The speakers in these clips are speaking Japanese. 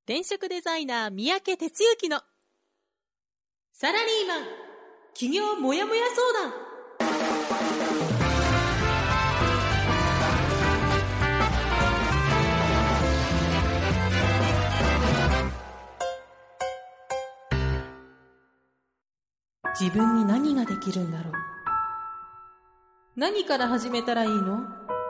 転職デザイナー三宅哲之のサラリーマン企業もやもや相談。自分に何ができるんだろう。何から始めたらいいの？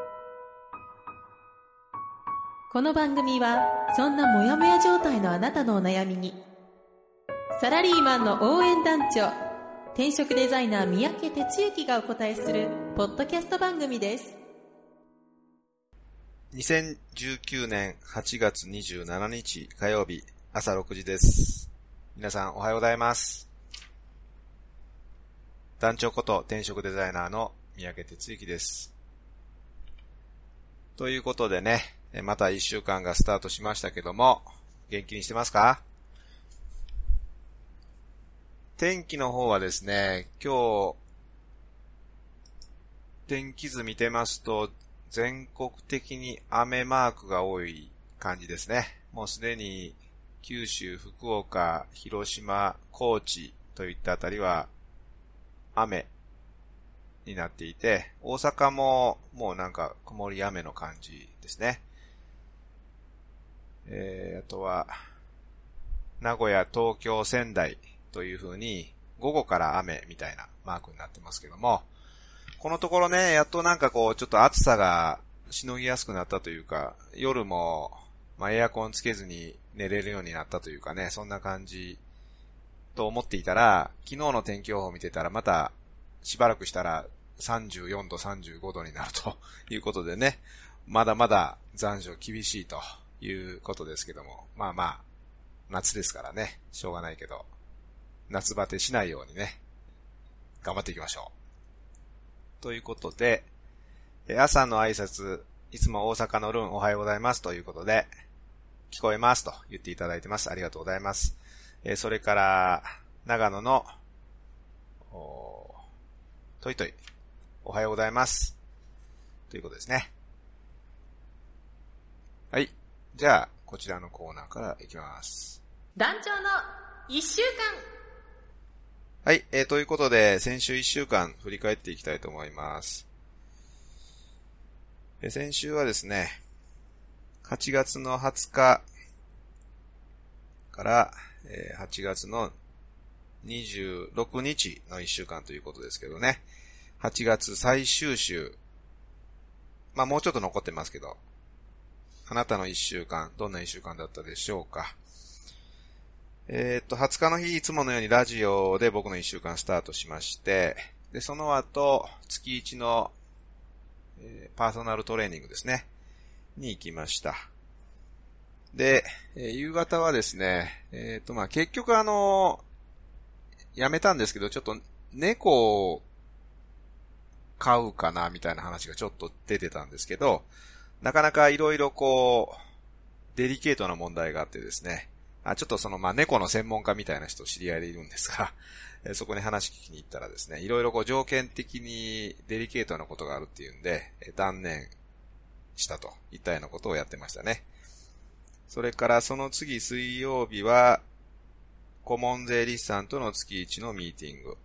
この番組はそんなモヤモヤ状態のあなたのお悩みにサラリーマンの応援団長、転職デザイナー三宅哲之がお答えするポッドキャスト番組です。 2019年8月27日火曜日朝6時です。皆さんおはようございます。団長こと転職デザイナーの三宅哲之です。ということでね、また1週間がスタートしましたけども、元気にしてますか？天気の方はですね、今日、天気図見てますと、全国的に雨マークが多い感じですね。もうすでに九州、福岡、広島、高知といったあたりは雨になっていて、大阪ももうなんか曇り雨の感じですね。あとは、名古屋、東京、仙台という風に午後から雨みたいなマークになってますけども、このところね、やっとなんかこうちょっと暑さがしのぎやすくなったというか、夜もエアコンつけずに寝れるようになったというかね、そんな感じと思っていたら、昨日の天気予報を見てたらまたしばらくしたら34度、35度になるということでね、まだまだ残暑厳しいということですけども、夏ですからね、しょうがないけど、夏バテしないようにね、頑張っていきましょう。ということで、朝の挨拶、いつも大阪のルンおはようございますということで、聞こえますと言っていただいてます。ありがとうございます。それから、長野の、トイトイ、おはようございます。ということですね。はい。じゃあ、こちらのコーナーからいきます。 団長の1週間。 はい。ということで、先週1週間振り返っていきたいと思います。先週はですね、8月の20日から、8月の26日の1週間ということですけどね。8月最終週。もうちょっと残ってますけど、あなたの1週間、どんな1週間だったでしょうか。20日の日、いつものようにラジオで僕の1週間スタートしまして、で、その後、月1の、パーソナルトレーニングですね、に行きました。で、夕方はですね、結局やめたんですけど、ちょっと猫を飼うかなみたいな話がちょっと出てたんですけど、なかなかいろいろデリケートな問題があってですね、ちょっと猫の専門家みたいな人知り合いでいるんですが、そこに話聞きに行ったらですね、いろいろ条件的にデリケートなことがあるっていうんで、断念したといったようなことをやってましたね。それからその次水曜日は、顧問税理士さんとの月1のミーティング。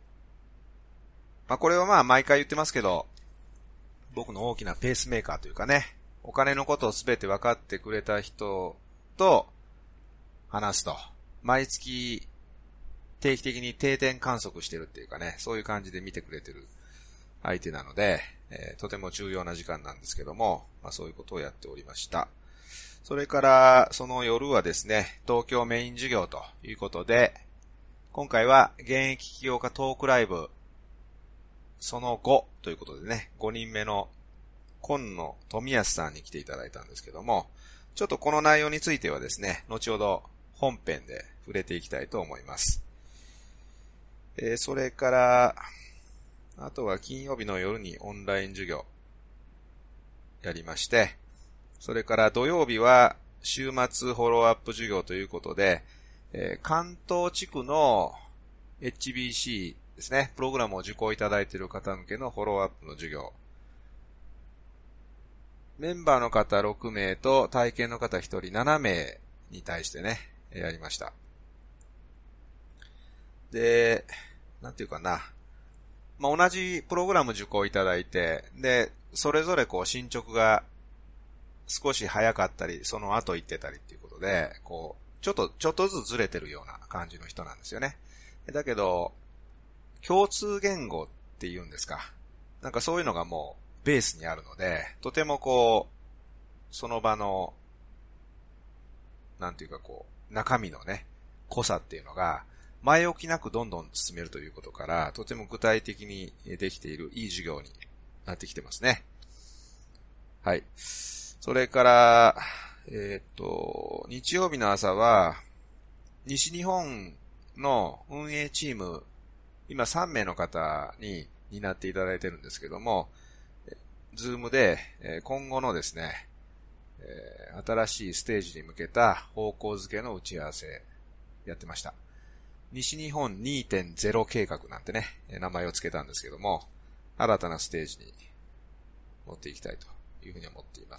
これは毎回言ってますけど、僕の大きなペースメーカーというかね、お金のことをすべて分かってくれた人と話すと、毎月定期的に定点観測してるっていうかね、そういう感じで見てくれてる相手なので、とても重要な時間なんですけども、そういうことをやっておりました。それからその夜はですね、東京メイン授業ということで、今回は現役起業家トークライブその5ということでね、5人目の今野富安さんに来ていただいたんですけども、ちょっとこの内容についてはですね、後ほど本編で触れていきたいと思います。それから、あとは金曜日の夜にオンライン授業やりまして、それから土曜日は週末フォローアップ授業ということで、関東地区の HBC ですね、プログラムを受講いただいている方向けのフォローアップの授業。メンバーの方6名と体験の方1人7名に対してね、やりました。で、なんていうかな。同じプログラム受講いただいて、で、それぞれ進捗が少し早かったり、その後行ってたりっていうことで、ちょっとずつずれてるような感じの人なんですよね。だけど、共通言語っていうんですか。なんかそういうのがもうベースにあるので、とてもその場の、なんていうか中身のね、濃さっていうのが、前置きなくどんどん進めるということから、とても具体的にできているいい授業になってきてますね。はい。それから、日曜日の朝は、西日本の運営チーム、今3名の方に担っていただいてるんですけども、ズームで今後のですね、新しいステージに向けた方向づけの打ち合わせやってました。西日本 2.0 計画なんてね、名前を付けたんですけども、新たなステージに持っていきたいというふうに思っています。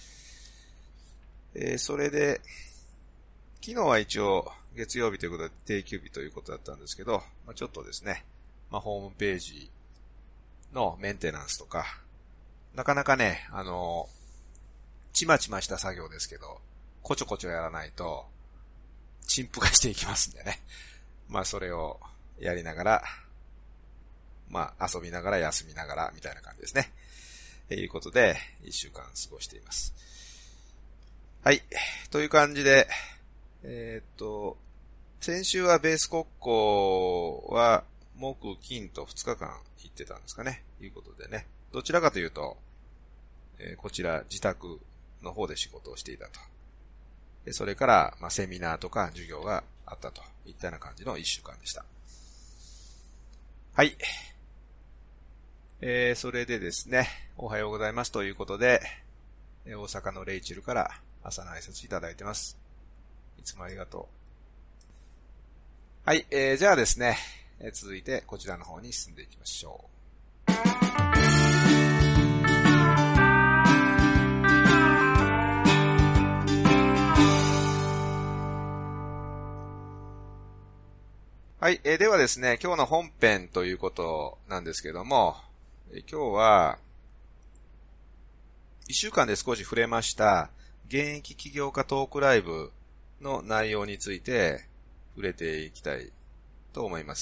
それで、昨日は一応月曜日ということで定休日ということだったんですけど、ちょっとですね、ホームページのメンテナンスとか、なかなかね、ちまちました作業ですけど、こちょこちょやらないと、陳腐化していきますんでね。それをやりながら、遊びながら休みながらみたいな感じですね。ということで、1週間過ごしています。はい。という感じで、先週はベース国交は木金と2日間行ってたんですかね。ということでね。どちらかというと、こちら自宅の方で仕事をしていたと。それから、セミナーとか授業があったといったような感じの1週間でした。はい。それでですね、おはようございますということで、大阪のレイチェルから朝の挨拶いただいてます。いつもありがとう。はい、じゃあですね、続いてこちらの方に進んでいきましょう。はい、ではですね、今日の本編ということなんですけども、今日は、1週間で少し触れました、現役起業家トークライブの内容について触れていきたいと思います。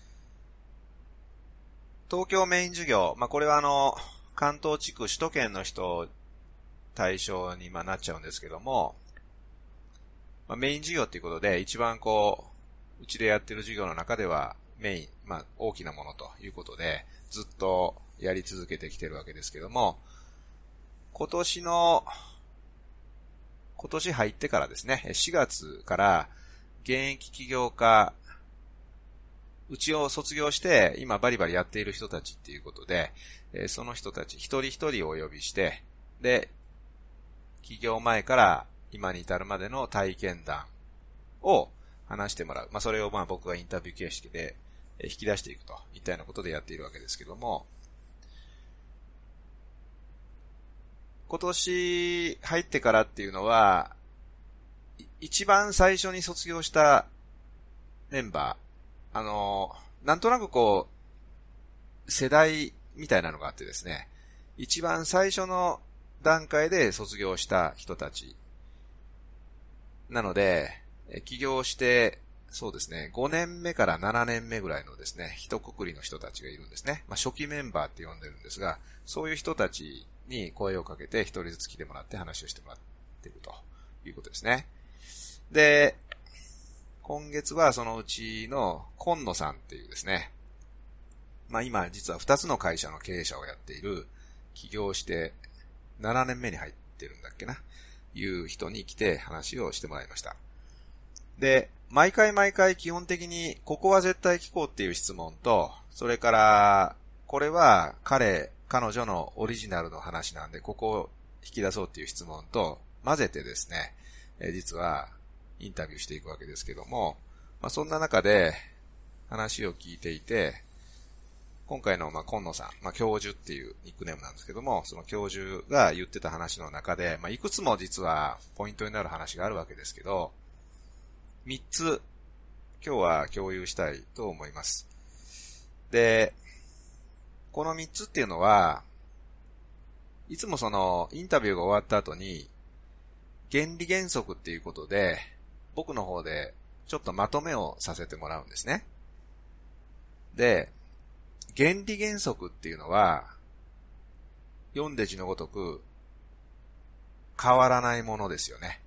東京メイン授業、これは関東地区首都圏の人対象になっちゃうんですけども、メイン授業っていうことで一番うちでやってる授業の中ではメイン、大きなものということでずっとやり続けてきてるわけですけども、今年入ってからですね、4月から現役起業家、うちを卒業して今バリバリやっている人たちっていうことで、その人たち一人一人をお呼びして、で、起業前から今に至るまでの体験談を話してもらう。それを僕がインタビュー形式で引き出していくといったようなことでやっているわけですけども、今年入ってからっていうのは、一番最初に卒業したメンバー、なんとなく世代みたいなのがあってですね、一番最初の段階で卒業した人たちなので、起業して、そうですね、5年目から7年目ぐらいのですね、一括りの人たちがいるんですね。初期メンバーって呼んでるんですが、そういう人たちに声をかけて一人ずつ来てもらって話をしてもらっているということですね。で、今月はそのうちの今野さんっていうですね、今実は2つの会社の経営者をやっている、起業して7年目に入ってるんだっけな、いう人に来て話をしてもらいました。で、毎回基本的にここは絶対聞こうっていう質問と、それからこれは彼女のオリジナルの話なんでここを引き出そうっていう質問と混ぜてですね、実はインタビューしていくわけですけども、そんな中で話を聞いていて、 今回の今野さん、教授っていうニックネームなんですけども、その教授が言ってた話の中で、いくつも実はポイントになる話があるわけですけど、3つ今日は共有したいと思います。で、この3つっていうのは、いつもそのインタビューが終わった後に、原理原則っていうことで、僕の方でちょっとまとめをさせてもらうんですね。で、原理原則っていうのは、読んで字のごとく、変わらないものですよね。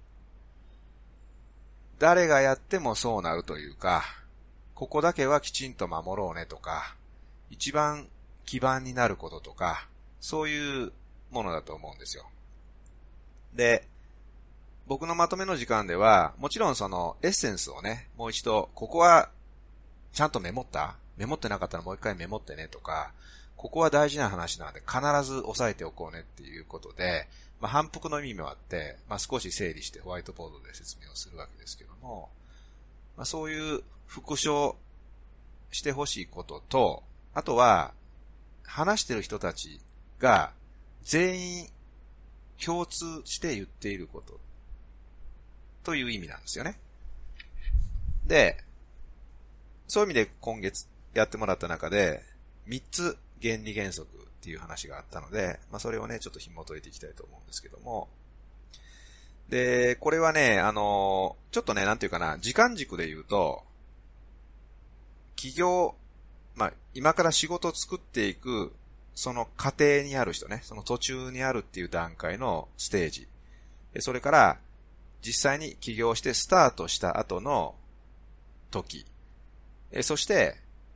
誰がやってもそうなるというか、ここだけはきちんと守ろうねとか、一番基盤になることとか、そういうものだと思うんですよ。で、僕のまとめの時間では、もちろんそのエッセンスをね、もう一度、ここはちゃんとメモってなかったらもう一回メモってねとか、ここは大事な話なので必ず押さえておこうねっていうことで、反復の意味もあって、少し整理してホワイトボードで説明をするわけですけども、そういう復唱してほしいことと、あとは、話してる人たちが全員共通して言っていることという意味なんですよね。で、そういう意味で今月やってもらった中で、3つ原理原則っていう話があったので、それをね、ちょっと紐解いていきたいと思うんですけども。で、これはね、ちょっとね、なんていうかな、時間軸で言うと、起業、今から仕事を作っていく、その過程にある人ね、その途中にあるっていう段階のステージ。それから、実際に起業してスタートした後の時。そして、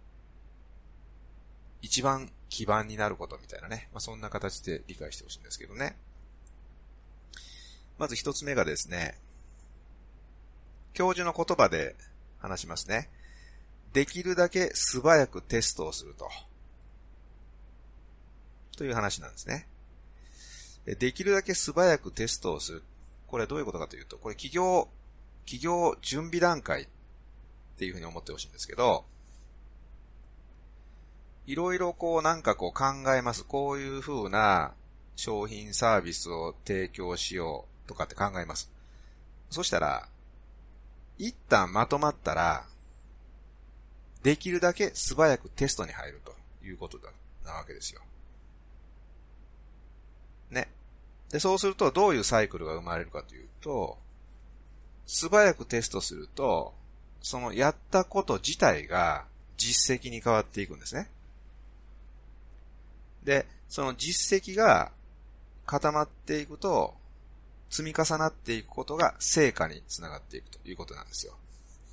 一番基盤になることみたいなね。そんな形で理解してほしいんですけどね。まず一つ目がですね、教授の言葉で話しますね。できるだけ素早くテストをするという話なんですね。できるだけ素早くテストをする。これはどういうことかというと、これ起業準備段階っていうふうに思ってほしいんですけど、いろいろ考えます。こういうふうな商品サービスを提供しようとかって考えます。そしたら、一旦まとまったら、できるだけ素早くテストに入るということなわけですよ。ね。で、そうするとどういうサイクルが生まれるかというと、素早くテストすると、そのやったこと自体が実績に変わっていくんですね。で、その実績が固まっていくと、積み重なっていくことが成果につながっていくということなんですよ。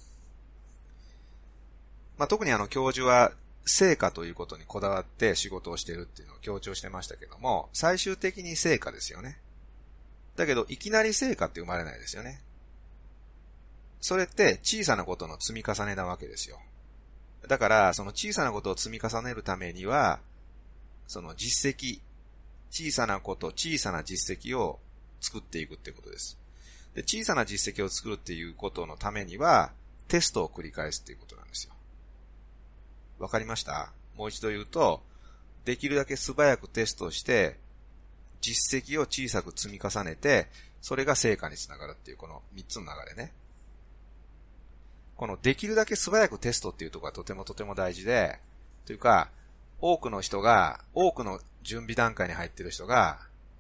特に教授は成果ということにこだわって仕事をしているっていうのを強調してましたけども、最終的に成果ですよね。だけど、いきなり成果って生まれないですよね。それって小さなことの積み重ねなわけですよ。だから、その小さなことを積み重ねるためには、その実績、小さな実績を作っていくってことです。で、小さな実績を作るっていうことのためには、テストを繰り返すっていうことなんですよ。わかりました？もう一度言うと、できるだけ素早くテストして、実績を小さく積み重ねて、それが成果につながるっていうこの3つの流れね。このできるだけ素早くテストっていうところがとても大事で、というか、多くの準備段階に入っている人が、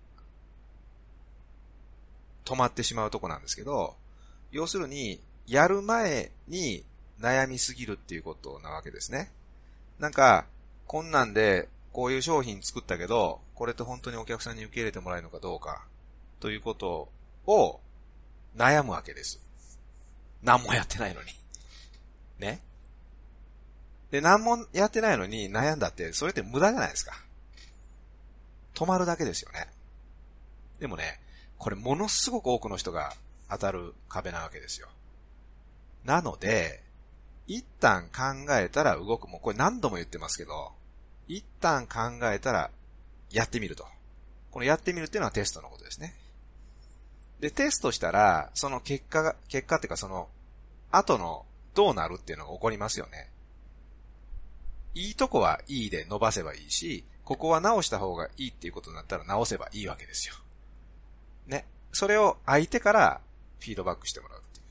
止まってしまうとこなんですけど、要するに、やる前に悩みすぎるっていうことなわけですね。こんなんで、こういう商品作ったけど、これって本当にお客さんに受け入れてもらえるのかどうか、ということを悩むわけです。何もやってないのに。ね。で、何もやってないのに悩んだって、それって無駄じゃないですか。止まるだけですよね。でもね、これものすごく多くの人が当たる壁なわけですよ。なので、一旦考えたら動く。もうこれ何度も言ってますけど、一旦考えたらやってみると。このやってみるっていうのはテストのことですね。で、テストしたら、その結果っていうかその後のどうなるっていうのが起こりますよね。 いいとこはいいで伸ばせばいいし、ここは直した方がいいっていうことになったら直せばいいわけですよ。ね。それを相手からフィードバックしてもらうっていう。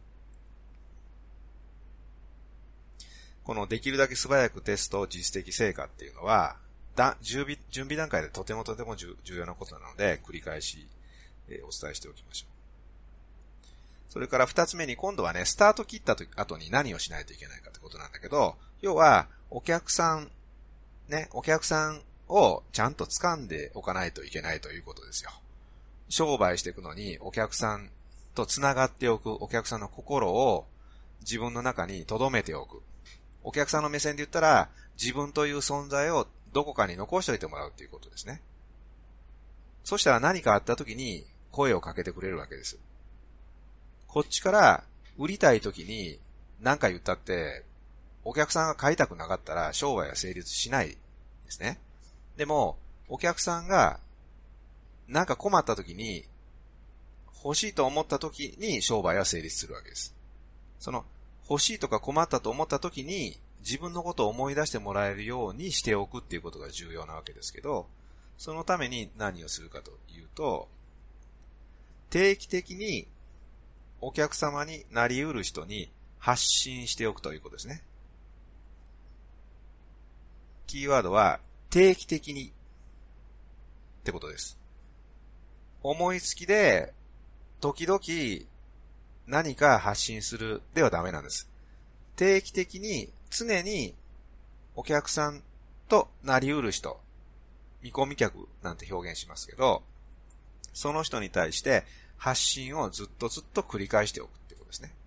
このできるだけ素早くテスト実績成果っていうのは、準備段階でとても重要なことなので、繰り返し、お伝えしておきましょう。それから二つ目に今度はね、スタート切った後に何をしないといけないかってことなんだけど、要は、お客さんをちゃんと掴んでおかないといけないということですよ。商売していくのにお客さんと繋がっておく、お客さんの心を自分の中に留めておく。お客さんの目線で言ったら、自分という存在をどこかに残しておいてもらうということですね。そしたら何かあった時に声をかけてくれるわけです。こっちから売りたい時に何か言ったって、お客さんが買いたくなかったら商売は成立しないですね。でも、お客さんがなんか困った時に、欲しいと思った時に商売は成立するわけです。その、欲しいとか困ったと思った時に、自分のことを思い出してもらえるようにしておくっていうことが重要なわけですけど、そのために何をするかというと、定期的にお客様になり得る人に発信しておくということですね。キーワードは定期的にってことです。思いつきで時々何か発信するではダメなんです。定期的に常にお客さんとなり得る人、見込み客なんて表現しますけど、その人に対して発信をずっと繰り返しておくってことですね。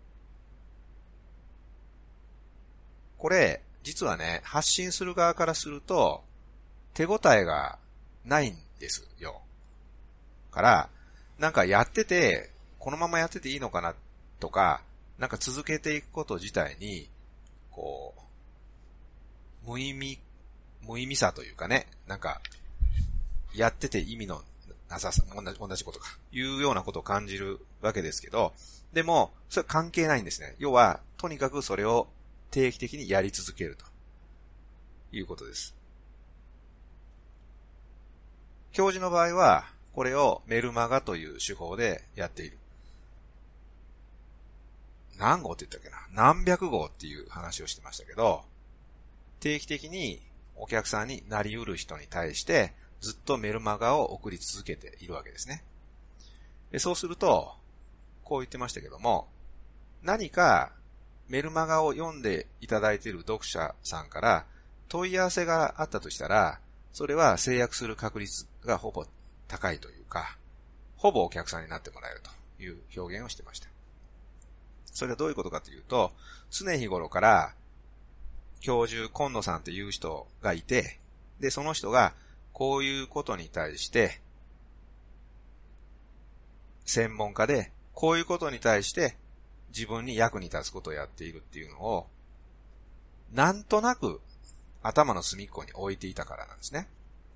これ、実はね、発信する側からすると、手応えがないんですよ。から、なんかやってて、このままやってていいのかなとか、なんか続けていくこと自体に、こう、無意味さというかね、なんか、やってて意味のなささ、同じことか、いうようなことを感じるわけですけど、でも、それは関係ないんですね。要は、とにかくそれを定期的にやり続けるということです。教授の場合は、これをメルマガという手法でやっている。何号って言ったっけな？何百号っていう話をしてましたけど、定期的にお客さんになり得る人に対してずっとメルマガを送り続けているわけですね。で、そうすると、こう言ってましたけども、何かメルマガを読んでいただいている読者さんから問い合わせがあったとしたら、それは制約する確率がほぼ高いというか、ほぼお客さんになってもらえるという表現をしてました。それはどういうことかというと、常日頃から教授今野さんっていう人がいて、で、その人がこういうことに対して専門家で、こういうことに対して自分に役に立つことをやっているっていうのを、なんとなく頭の隅っこに置いていたからなんですね。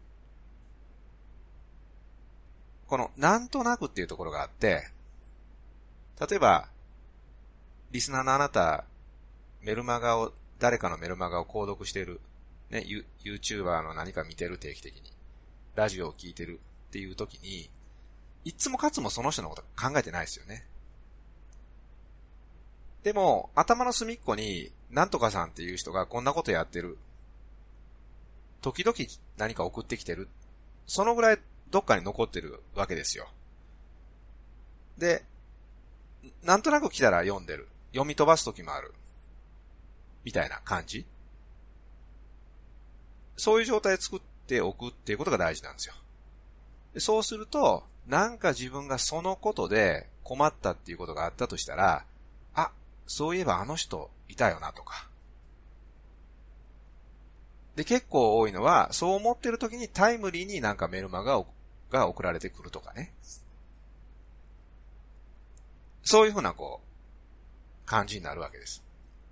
このなんとなくっていうところがあって、例えば、リスナーのあなた、誰かのメルマガを購読している、ね、YouTuber の何か見てる定期的に、ラジオを聞いてるっていう時に、いつもかつもその人のこと考えてないですよね。でも、頭の隅っこに、なんとかさんっていう人がこんなことやってる。時々何か送ってきてる。そのぐらいどっかに残ってるわけですよ。で、なんとなく来たら読んでる。読み飛ばす時もある。みたいな感じ。そういう状態を作っておくっていうことが大事なんですよ。で、そうすると、なんか自分がそのことで困ったっていうことがあったとしたら、あ、そういえばあの人いたよなとか。で、結構多いのは、そう思ってる時にタイムリーになんかメルマガが送られてくるとかね。そういうふうな感じになるわけです。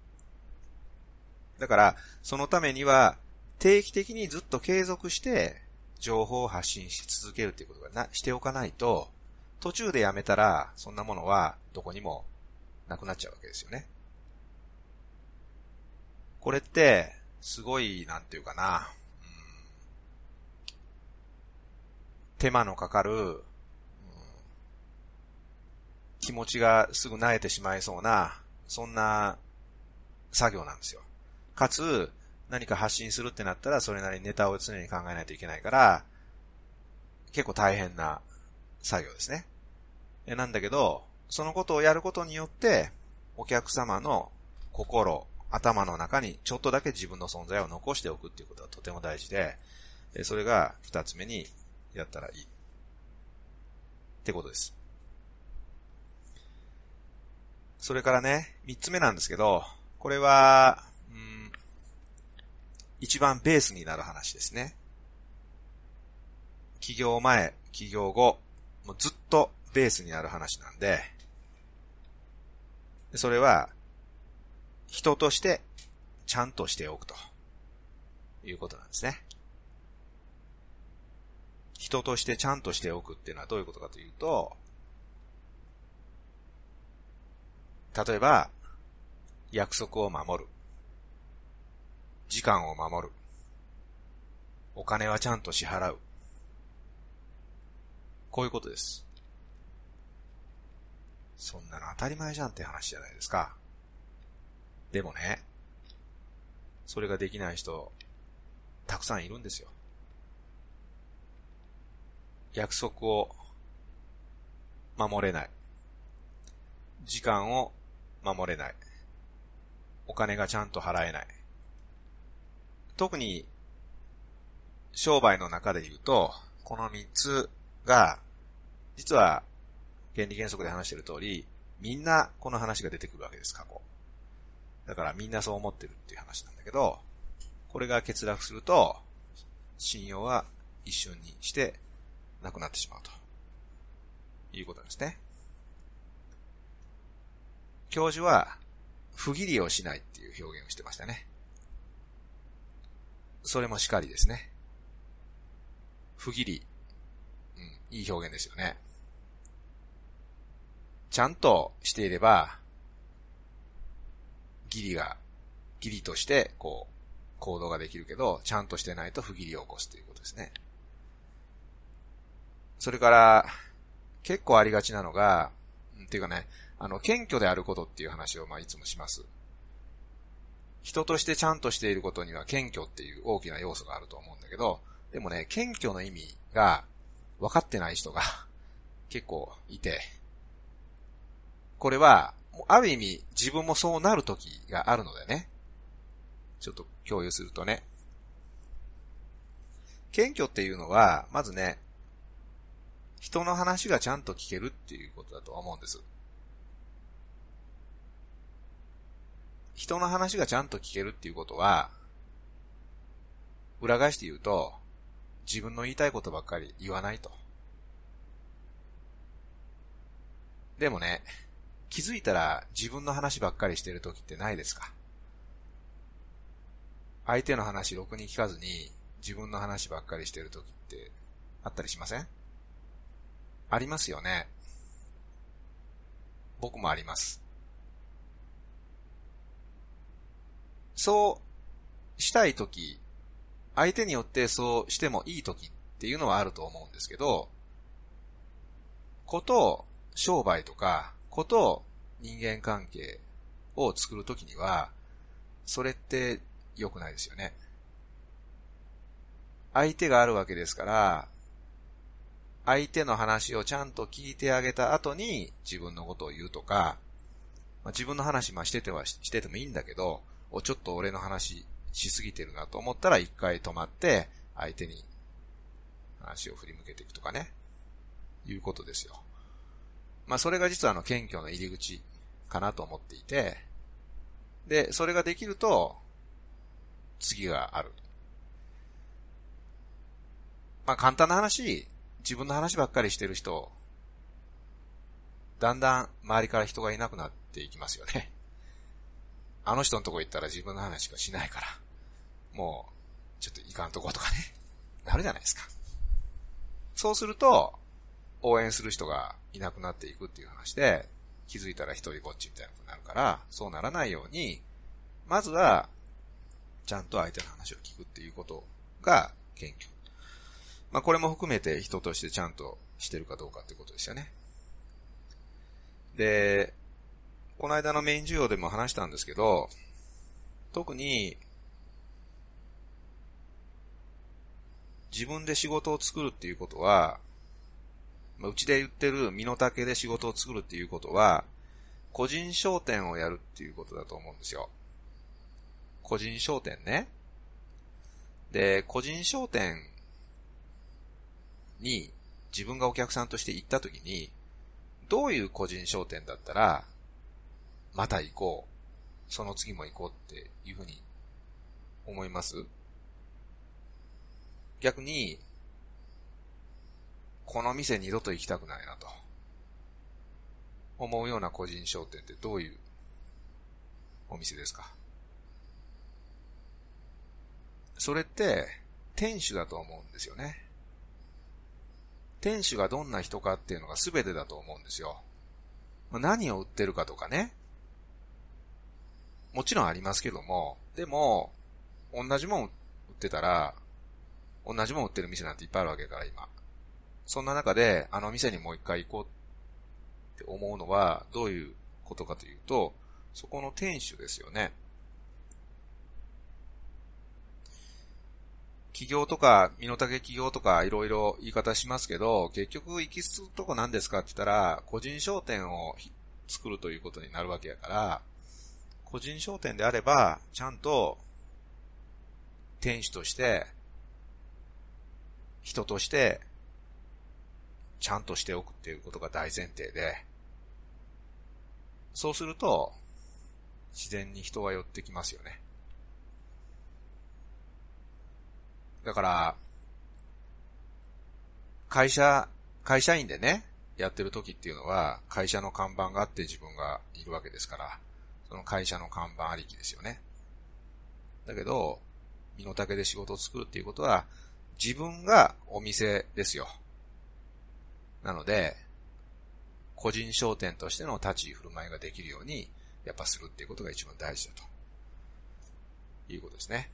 だから、そのためには、定期的にずっと継続して、情報を発信し続けるっていうことがしておかないと、途中でやめたら、そんなものはどこにもなくなっちゃうわけですよね。これって、 すごい、なんていうかな、手間のかかる、気持ちがすぐ萎えてしまいそうな、そんな作業なんですよ。かつ、何か発信するってなったら、それなりにネタを常に考えないといけないから、結構大変な作業ですね。なんだけど、そのことをやることによって、お客様の心、頭の中にちょっとだけ自分の存在を残しておくっていうことはとても大事で、それが二つ目にやったらいい。ってことです。それからね、三つ目なんですけど、これは、一番ベースになる話ですね。起業前、起業後、もうずっとベースになる話なんで、それは、人としてちゃんとしておくということなんですね。人としてちゃんとしておくっていうのはどういうことかというと、例えば、約束を守る。時間を守る。お金はちゃんと支払う。こういうことです。そんなの当たり前じゃんって話じゃないですか。でもね、それができない人、たくさんいるんですよ。約束を守れない。時間を守れない。お金がちゃんと払えない。特に、商売の中で言うと、この3つが、実は、原理原則で話している通り、みんなこの話が出てくるわけです、過去。だからみんなそう思ってるっていう話なんだけど、これが欠落すると、信用は一瞬にしてなくなってしまうということですね。教授は、不義理をしないっていう表現をしてましたね。それもしかりですね。不義理。いい表現ですよね。ちゃんとしていれば、義理として、行動ができるけど、ちゃんとしてないと不義理を起こすということですね。それから、結構ありがちなのが、っていうかね、謙虚であることっていう話をいつもします。人としてちゃんとしていることには謙虚っていう大きな要素があると思うんだけど、でもね、謙虚の意味が分かってない人が結構いて、これは、ある意味自分もそうなる時があるのでね、ちょっと共有するとね、謙虚っていうのは、まずね、人の話がちゃんと聞けるっていうことだと思うんです。人の話がちゃんと聞けるっていうことは、裏返して言うと、自分の言いたいことばっかり言わないと。でもね、気づいたら自分の話ばっかりしてる時ってないですか？相手の話ろくに聞かずに自分の話ばっかりしてる時ってあったりしません？ありますよね。僕もあります。そうしたい時、相手によってそうしてもいい時っていうのはあると思うんですけど、商売とか、人間関係を作るときには、それって良くないですよね。相手があるわけですから、相手の話をちゃんと聞いてあげた後に自分のことを言うとか、自分の話しててもいいんだけど、ちょっと俺の話しすぎてるなと思ったら一回止まって相手に話を振り向けていくとかね、いうことですよ。それが実は謙虚の入り口かなと思っていて、で、それができると次がある。簡単な話、自分の話ばっかりしてる人、だんだん周りから人がいなくなっていきますよね。あの人のとこ行ったら自分の話しかしないから、もう、ちょっといかんとことかね、なるじゃないですか。そうすると、応援する人がいなくなっていくっていう話で、気づいたら一人ぼっちみたいなことになるから、そうならないように、まずは、 ちゃんと相手の話を聞くっていうことが謙虚。まあこれも含めて人としてちゃんとしてるかどうかってことですよね。で、この間のメイン授業でも話したんですけど、特に自分で仕事を作るっていうことは、うちで言ってる身の丈で仕事を作るっていうことは、個人商店をやるっていうことだと思うんですよ。個人商店ね。で、個人商店に自分がお客さんとして行ったときに、どういう個人商店だったら、また行こう。その次も行こうっていうふうに思います？逆に、この店二度と行きたくないなと思うような個人商店ってどういうお店ですか？それって店主だと思うんですよね。店主がどんな人かっていうのが全てだと思うんですよ。何を売ってるかとかね。もちろんありますけども、でも、同じもん売ってたら、同じもん売ってる店なんていっぱいあるわけから今。そんな中で、あの店にもう一回行こうって思うのは、どういうことかというと、そこの店主ですよね。企業とか、身の丈企業とかいろいろ言い方しますけど、結局行き着くとこ何ですかって言ったら、個人商店を作るということになるわけやから、個人商店であれば、ちゃんと、店主として、人として、ちゃんとしておくっていうことが大前提で、そうすると、自然に人は寄ってきますよね。だから、会社員でね、やってる時っていうのは、会社の看板があって自分がいるわけですから、その会社の看板ありきですよね。だけど、身の丈で仕事を作るっていうことは、自分がお店ですよ。なので、個人商店としての立ち居振る舞いができるように、やっぱするっていうことが一番大事だということですね。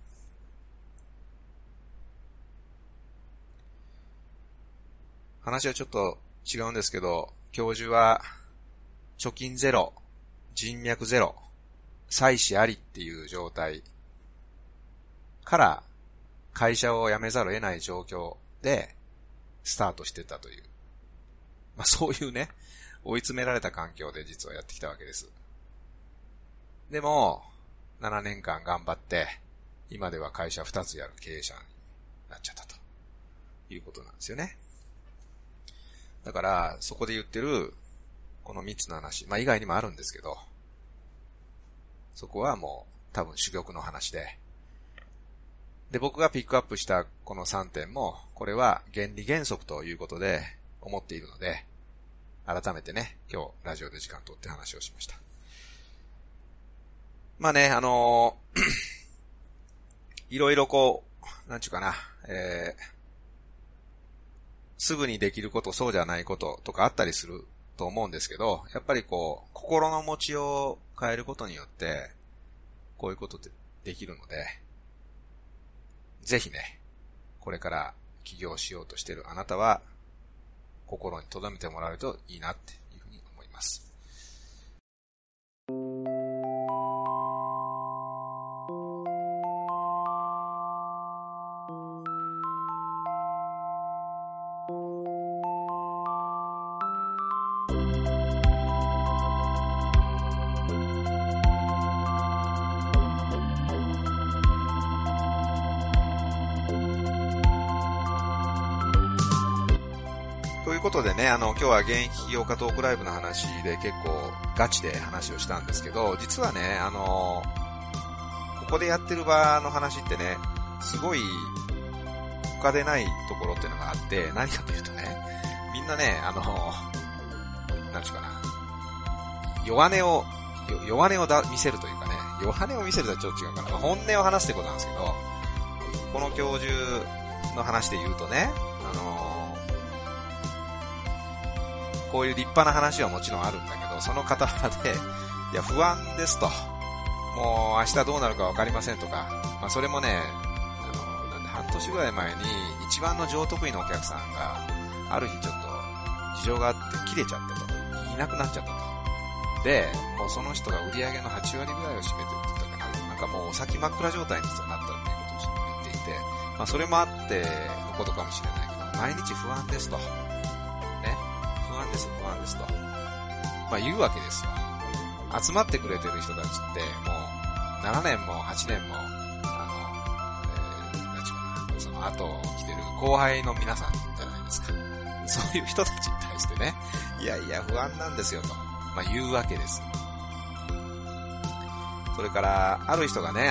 話はちょっと違うんですけど、教授は貯金ゼロ、人脈ゼロ、妻子ありっていう状態から会社を辞めざるを得ない状況でスタートしてたという、そういうね、追い詰められた環境で実はやってきたわけです。でも、7年間頑張って、今では会社2つやる経営者になっちゃったということなんですよね。だから、そこで言ってる、この3つの話、以外にもあるんですけど、そこはもう多分珠玉の話で、僕がピックアップしたこの3点も、これは原理原則ということで思っているので、改めてね、今日ラジオで時間取って話をしました。いろいろなんちゅうかな、すぐにできること、そうじゃないこととかあったりすると思うんですけど、やっぱり心の持ちを変えることによって、こういうことってできるので、ぜひね、これから起業しようとしているあなたは、心に留めてもらえるといいなっていうふうに思います。ということでね、今日は現役起業家トークライブの話で結構ガチで話をしたんですけど、実はね、ここでやってる場の話ってね、すごい他でないところっていうのがあって、何かというとね、みんなね、なんちゅうかな、弱音を見せるというかね、弱音を見せるとはちょっと違うかな、本音を話すってことなんですけど、この教授の話で言うとね、こういう立派な話はもちろんあるんだけど、その傍らで、いや不安ですと。 もう明日どうなるかわかりませんとか、まあそれもね、半年ぐらい前に一番の上得意のお客さんが、ある日ちょっと事情があって切れちゃったと。いなくなっちゃったと。で、もうその人が売り上げの8割ぐらいを占めてるって言ったかな。なんかもうお先真っ暗状態に実はなったっていうことを言っていて、まあそれもあってのことかもしれないけど、毎日不安ですと。ね。不安ですと。まあ言うわけですよ。集まってくれてる人たちって、もう7年も8年も、その後来てる後輩の皆さんじゃないですか。そういう人たちに対してね、いやいや不安なんですよと、まあ言うわけです。それから、ある人がね、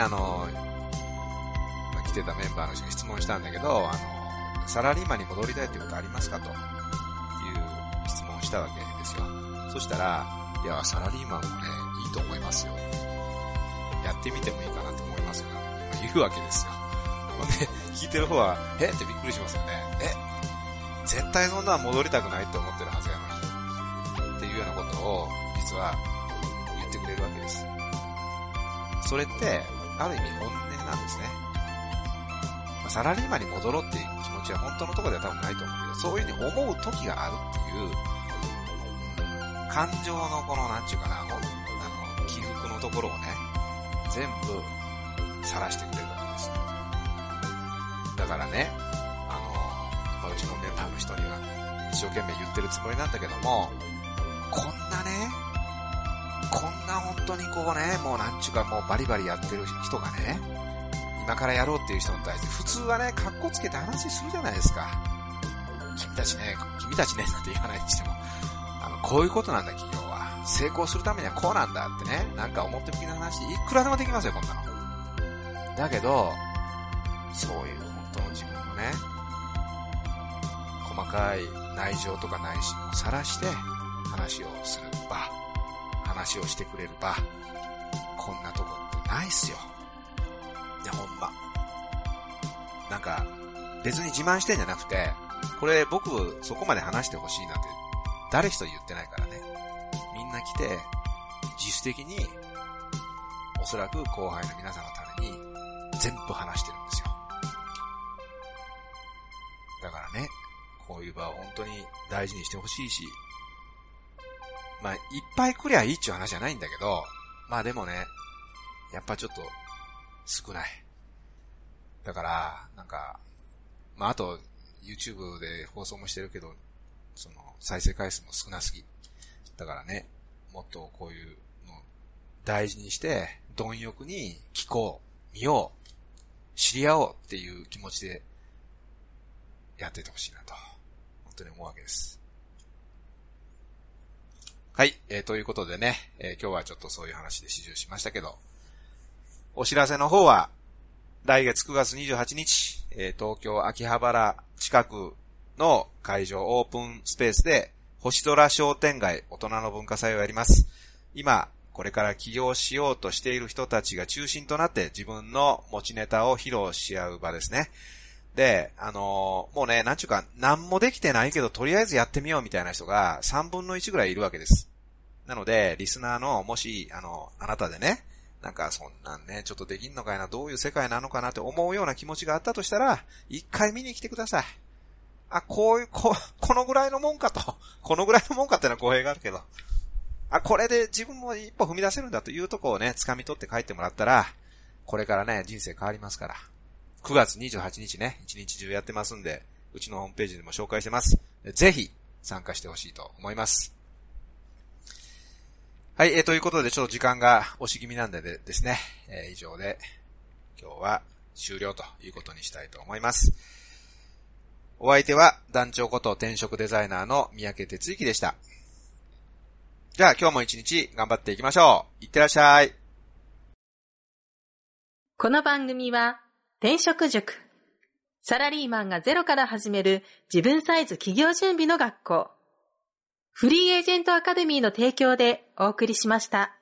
来てたメンバーの人に質問したんだけど、サラリーマンに戻りたいってことありますかという質問をしたわけですよ。そしたら、いや、サラリーマンもね、いいと思いますよ。やってみてもいいかなと思いますよ。言うわけですよ。で、聞いてる方は、ってびっくりしますよね。絶対そんな戻りたくないって思ってるはずやのに。っていうようなことを、実は、言ってくれるわけです。それって、ある意味本音なんですね。サラリーマンに戻ろうっていう気持ちは本当のところでは多分ないと思うけど、そういうふうに思う時があるっていう、感情のこの、なんちゅうかな、起伏のところをね、全部、晒してくれるわけですよ。だからね、うちのメンバーの人には、一生懸命言ってるつもりなんだけども、こんな本当にこうね、もうなんちゅうかもうバリバリやってる人がね、今からやろうっていう人に対して、普通はね、カッコつけて話するじゃないですか。君たちね、なんて言わないにしても、こういうことなんだ企業は。成功するためにはこうなんだってね、なんか表向きな話、いくらでもできますよ、こんなの。だけど、そういう本当の自分のね、細かい内情とか内心を晒して話をする場、話をしてくれる場、こんなとこってないっすよ。で、ほんま。なんか、別に自慢してんじゃなくて、これ僕そこまで話してほしいなんて誰一人言ってないからね。みんな来て、自主的に、おそらく後輩の皆さんのために全部話してるんですよ。だからね、こういう場を本当に大事にしてほしいし、まあ、いっぱい来りゃいいっちゅう話じゃないんだけど、まあでもね、やっぱちょっと少ない。だから、なんか、まああと、YouTube で放送もしてるけど、その再生回数も少なすぎ。だからね、もっとこういうのを大事にして、貪欲に聞こう、見よう、知り合おうっていう気持ちでやっていてほしいなと、本当に思うわけです。はい、ということでね、今日はちょっとそういう話で始終しましたけど、お知らせの方は、来月9月28日、東京秋葉原近くの会場オープンスペースで、星空商店街大人の文化祭をやります。今、これから起業しようとしている人たちが中心となって自分の持ちネタを披露し合う場ですね。で、もうね、なんちゅうか、何もできてないけど、とりあえずやってみようみたいな人が3分の1ぐらいいるわけです。なので、リスナーの、もし、あなたでね、なんかそんなんね、ちょっとできんのかいな、どういう世界なのかなって思うような気持ちがあったとしたら、一回見に来てください。あ、このぐらいのもんかと。このぐらいのもんかってのは語弊があるけど。あ、これで自分も一歩踏み出せるんだというとこをね、掴み取って帰ってもらったら、これからね、人生変わりますから。9月28日ね、一日中やってますんで、うちのホームページでも紹介してます。ぜひ参加してほしいと思います。はい、ということでちょっと時間が押し気味なんでですね、以上で今日は終了ということにしたいと思います。お相手は団長こと転職デザイナーの三宅哲之でした。じゃあ今日も一日頑張っていきましょう。いってらっしゃい。 この番組は転職塾、サラリーマンがゼロから始める自分サイズ企業準備の学校、フリーエージェントアカデミーの提供でお送りしました。